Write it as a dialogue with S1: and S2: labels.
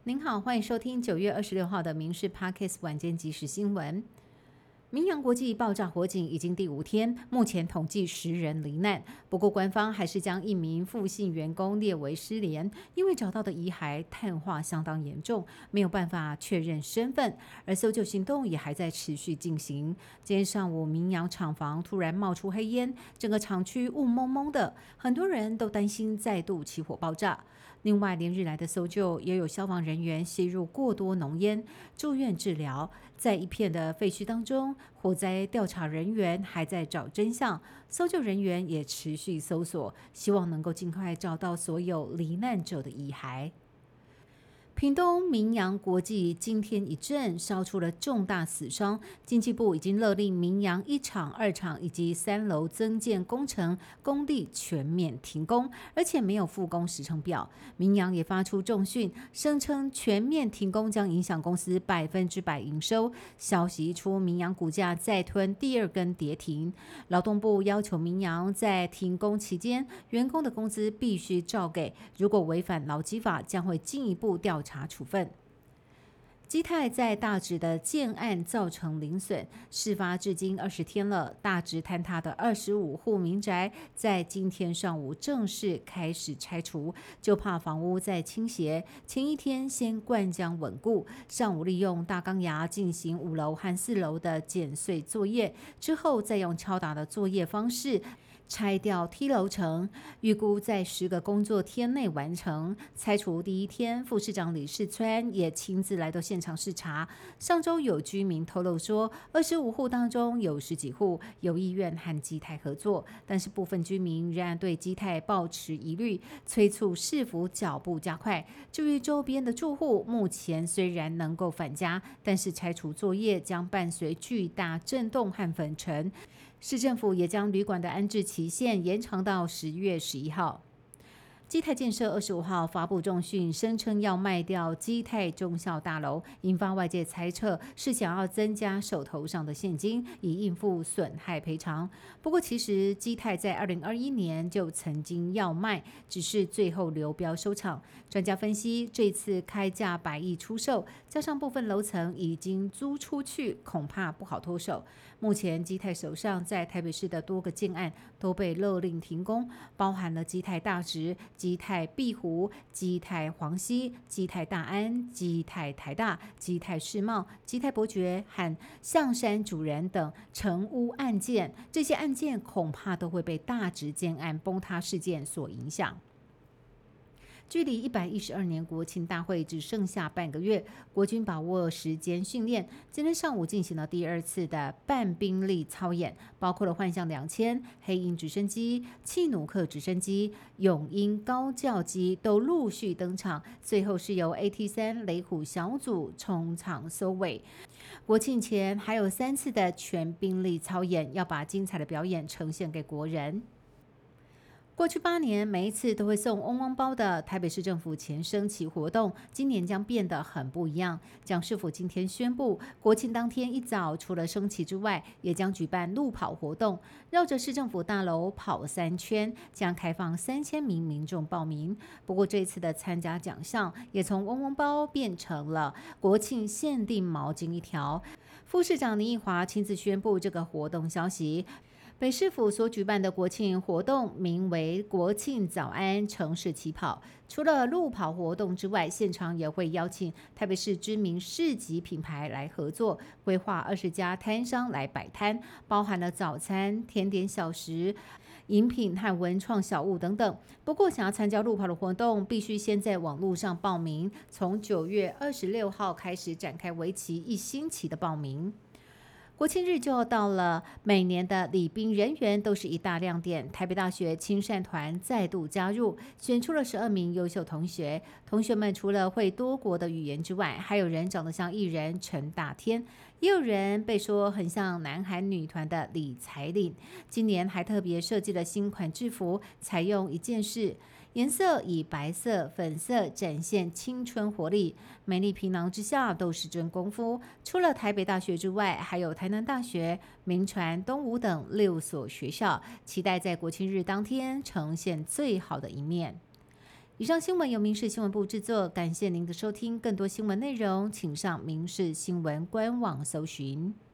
S1: 您好，欢迎收听9月26号的民事 Podcast 晚间即时新闻。明阳国际爆炸火警已经第5天，目前统计10人罹难。不过，官方还是将一名复姓员工列为失联，因为找到的遗骸碳化相当严重，没有办法确认身份。而搜救行动也还在持续进行。今天上午，明阳厂房突然冒出黑烟，整个厂区雾蒙蒙的，很多人都担心再度起火爆炸。另外，连日来的搜救也有消防人员吸入过多浓烟，住院治疗。在一片的废墟当中，火灾调查人员还在找真相，搜救人员也持续搜索，希望能够尽快找到所有罹难者的遗骸。屏东明阳国际今天一阵烧出了重大死伤，经济部已经勒令明阳1厂、2厂以及3楼增建工程工地全面停工，而且没有复工时程表。明阳也发出重讯，声称全面停工将影响公司100%营收。消息一出，明阳股价再吞第2根跌停。劳动部要求明阳在停工期间，员工的工资必须照给，如果违反劳基法，将会进一步调查处分。基泰在大直的建案造成零损，事发至今20天了。大直坍塌的25户民宅，在今天上午正式开始拆除，就怕房屋再倾斜。前一天先灌浆稳固，上午利用大钢牙进行5楼和4楼的剪碎作业，之后再用敲打的作业方式拆掉梯楼层，预估在10个工作天内完成。拆除第1天，副市长李世川也亲自来到现场视察。上周有居民透露说，25户当中有10几户有意愿和基泰合作，但是部分居民仍然对基泰抱持疑虑，催促市府脚步加快。至于周边的住户，目前虽然能够返家，但是拆除作业将伴随巨大震动和粉尘。市政府也将旅馆的安置期限延长到10月11号。基泰建设25号发布重讯，声称要卖掉基泰中校大楼，引发外界猜测是想要增加手头上的现金，以应付损害赔偿。不过，其实基泰在2021年就曾经要卖，只是最后流标收场。专家分析，这次开价100亿出售，加上部分楼层已经租出去，恐怕不好脱手。目前基泰手上在台北市的多个建案都被勒令停工，包含了基泰大直、基泰碧湖、基泰黄溪、基泰大安、基泰台大、基泰世贸、基泰伯爵和象山主人等成屋案件，这些案件恐怕都会被大直建案崩塌事件所影响。距离112年国庆大会只剩下半个月，国军把握时间训练。今天上午进行了第2次的半兵力操演，包括了幻象2000、黑鹰直升机、契努克直升机、永鹰高教机都陆续登场，最后是由 AT3 雷虎小组冲场收尾。国庆前还有3次的全兵力操演，要把精彩的表演呈现给国人。过去8年，每一次都会送嗡嗡包的台北市政府前升旗活动，今年将变得很不一样。蒋市府今天宣布，国庆当天一早，除了升旗之外，也将举办路跑活动，绕着市政府大楼跑3圈，将开放3000名民众报名。不过，这次的参加奖项也从嗡嗡包变成了国庆限定毛巾1条。副市长林奕华亲自宣布这个活动消息。北市府所举办的国庆活动名为国庆早安城市起跑，除了路跑活动之外，现场也会邀请台北市知名市集品牌来合作，规划20家摊商来摆摊，包含了早餐、甜点、小食、饮品和文创小物等等。不过，想要参加路跑的活动，必须先在网络上报名，从9月26号开始展开为期1星期的报名。国庆日就要到了，每年的礼宾人员都是一大亮点。台北大学亲善团再度加入，选出了12名优秀同学。同学们除了会多国的语言之外，还有人长得像艺人陈大天，也有人被说很像南韩女团的李彩玲。今年还特别设计了新款制服，采用一件式。颜色以白色、粉色展现青春活力，美丽皮囊之下都是真功夫。除了台北大学之外，还有台南大学、铭传、东吴等6所学校，期待在国庆日当天呈现最好的一面。以以上新闻由民事新闻部制作，感谢您的收听。更多新闻内容，请上民事新闻官网搜寻。